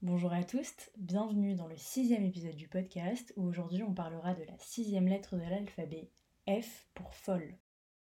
Bonjour à tous, bienvenue dans le 6e épisode du podcast où aujourd'hui on parlera de la 6e lettre de l'alphabet, F pour folle.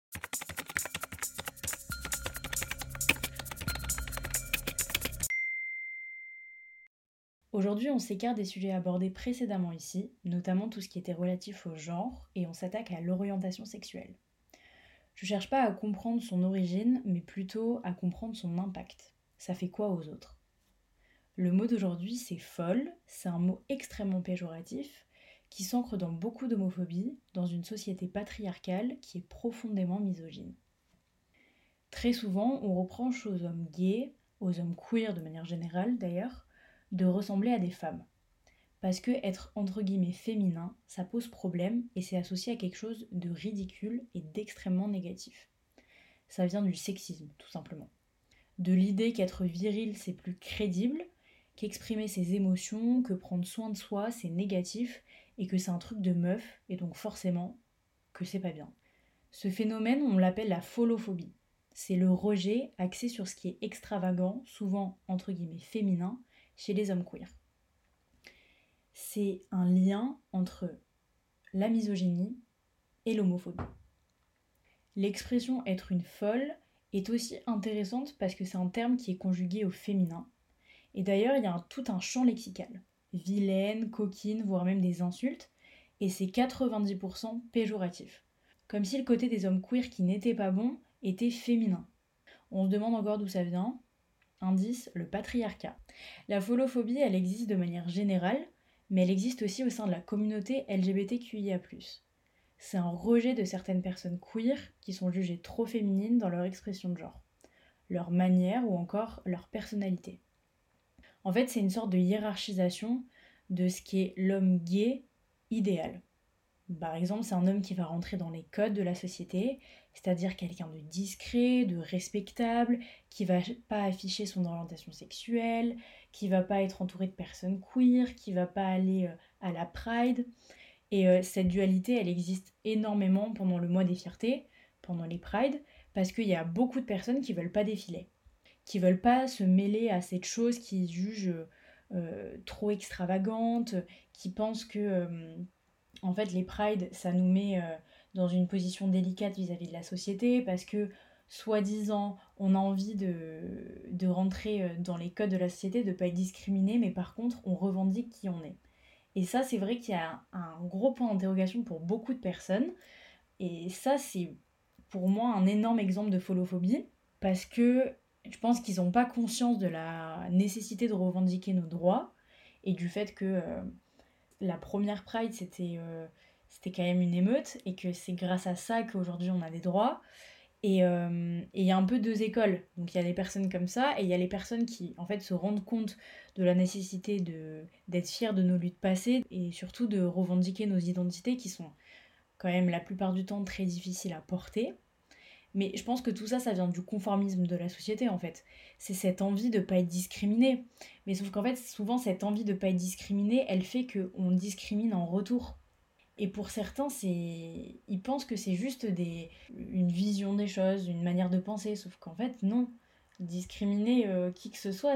Aujourd'hui on s'écarte des sujets abordés précédemment ici, notamment tout ce qui était relatif au genre, et on s'attaque à l'orientation sexuelle. Je cherche pas à comprendre son origine, mais plutôt à comprendre son impact. Ça fait quoi aux autres ? Le mot d'aujourd'hui, c'est folle, c'est un mot extrêmement péjoratif qui s'ancre dans beaucoup d'homophobie, dans une société patriarcale qui est profondément misogyne. Très souvent, on reproche aux hommes gays, aux hommes queer de manière générale d'ailleurs, de ressembler à des femmes. Parce que être entre guillemets féminin, ça pose problème et c'est associé à quelque chose de ridicule et d'extrêmement négatif. Ça vient du sexisme, tout simplement. De l'idée qu'être viril, c'est plus crédible, qu'exprimer ses émotions, que prendre soin de soi, c'est négatif, et que c'est un truc de meuf, et donc forcément, que c'est pas bien. Ce phénomène, on l'appelle la folophobie. C'est le rejet axé sur ce qui est extravagant, souvent entre guillemets féminin, chez les hommes queer. C'est un lien entre la misogynie et l'homophobie. L'expression être une folle est aussi intéressante parce que c'est un terme qui est conjugué au féminin. Et d'ailleurs, il y a tout un champ lexical. Vilaine, coquine, voire même des insultes. Et c'est 90% péjoratif. Comme si le côté des hommes queer qui n'étaient pas bons était féminin. On se demande encore d'où ça vient. Indice, le patriarcat. La folophobie, elle existe de manière générale, mais elle existe aussi au sein de la communauté LGBTQIA+. C'est un rejet de certaines personnes queer qui sont jugées trop féminines dans leur expression de genre, leur manière ou encore leur personnalité. En fait, c'est une sorte de hiérarchisation de ce qui est l'homme gay idéal. Par exemple, c'est un homme qui va rentrer dans les codes de la société, c'est-à-dire quelqu'un de discret, de respectable, qui va pas afficher son orientation sexuelle, qui va pas être entouré de personnes queer, qui va pas aller à la Pride. Et cette dualité, elle existe énormément pendant le mois des fiertés, pendant les Prides, parce qu'il y a beaucoup de personnes qui veulent pas défiler, qui veulent pas se mêler à cette chose qu'ils jugent trop extravagante, qui pensent que en fait les prides ça nous met dans une position délicate vis-à-vis de la société parce que soi-disant on a envie de rentrer dans les codes de la société, de pas être discriminé, mais par contre on revendique qui on est. Et ça c'est vrai qu'il y a un gros point d'interrogation pour beaucoup de personnes, et ça c'est pour moi un énorme exemple de folophobie parce que je pense qu'ils n'ont pas conscience de la nécessité de revendiquer nos droits et du fait que la première Pride c'était quand même une émeute et que c'est grâce à ça qu'aujourd'hui on a des droits. Et il y a un peu deux écoles. Donc il y a les personnes comme ça et il y a les personnes qui en fait se rendent compte de la nécessité d'être fiers de nos luttes passées et surtout de revendiquer nos identités qui sont quand même la plupart du temps très difficiles à porter. Mais je pense que tout ça, ça vient du conformisme de la société en fait. C'est cette envie de pas être discriminé. Mais sauf qu'en fait, souvent, cette envie de pas être discriminé, elle fait qu'on discrimine en retour. Et pour certains, ils pensent que c'est juste une vision des choses, une manière de penser. Sauf qu'en fait, non. Discriminer qui que ce soit,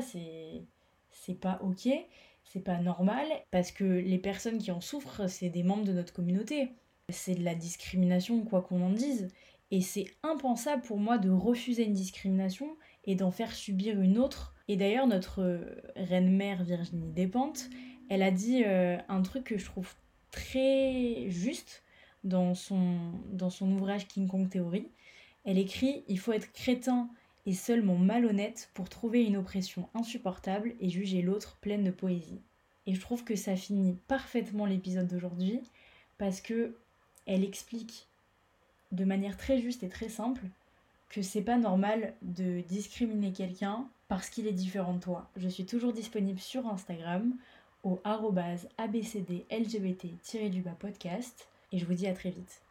c'est pas ok, c'est pas normal. Parce que les personnes qui en souffrent, c'est des membres de notre communauté. C'est de la discrimination, quoi qu'on en dise. Et c'est impensable pour moi de refuser une discrimination et d'en faire subir une autre. Et d'ailleurs, notre reine-mère Virginie Despentes, elle a dit un truc que je trouve très juste dans son ouvrage King Kong Theory. Elle écrit « Il faut être crétin et seulement malhonnête pour trouver une oppression insupportable et juger l'autre pleine de poésie. » Et je trouve que ça finit parfaitement l'épisode d'aujourd'hui parce que elle explique de manière très juste et très simple que c'est pas normal de discriminer quelqu'un parce qu'il est différent de toi. Je suis toujours disponible sur Instagram au @abcdlgbt-podcast et je vous dis à très vite.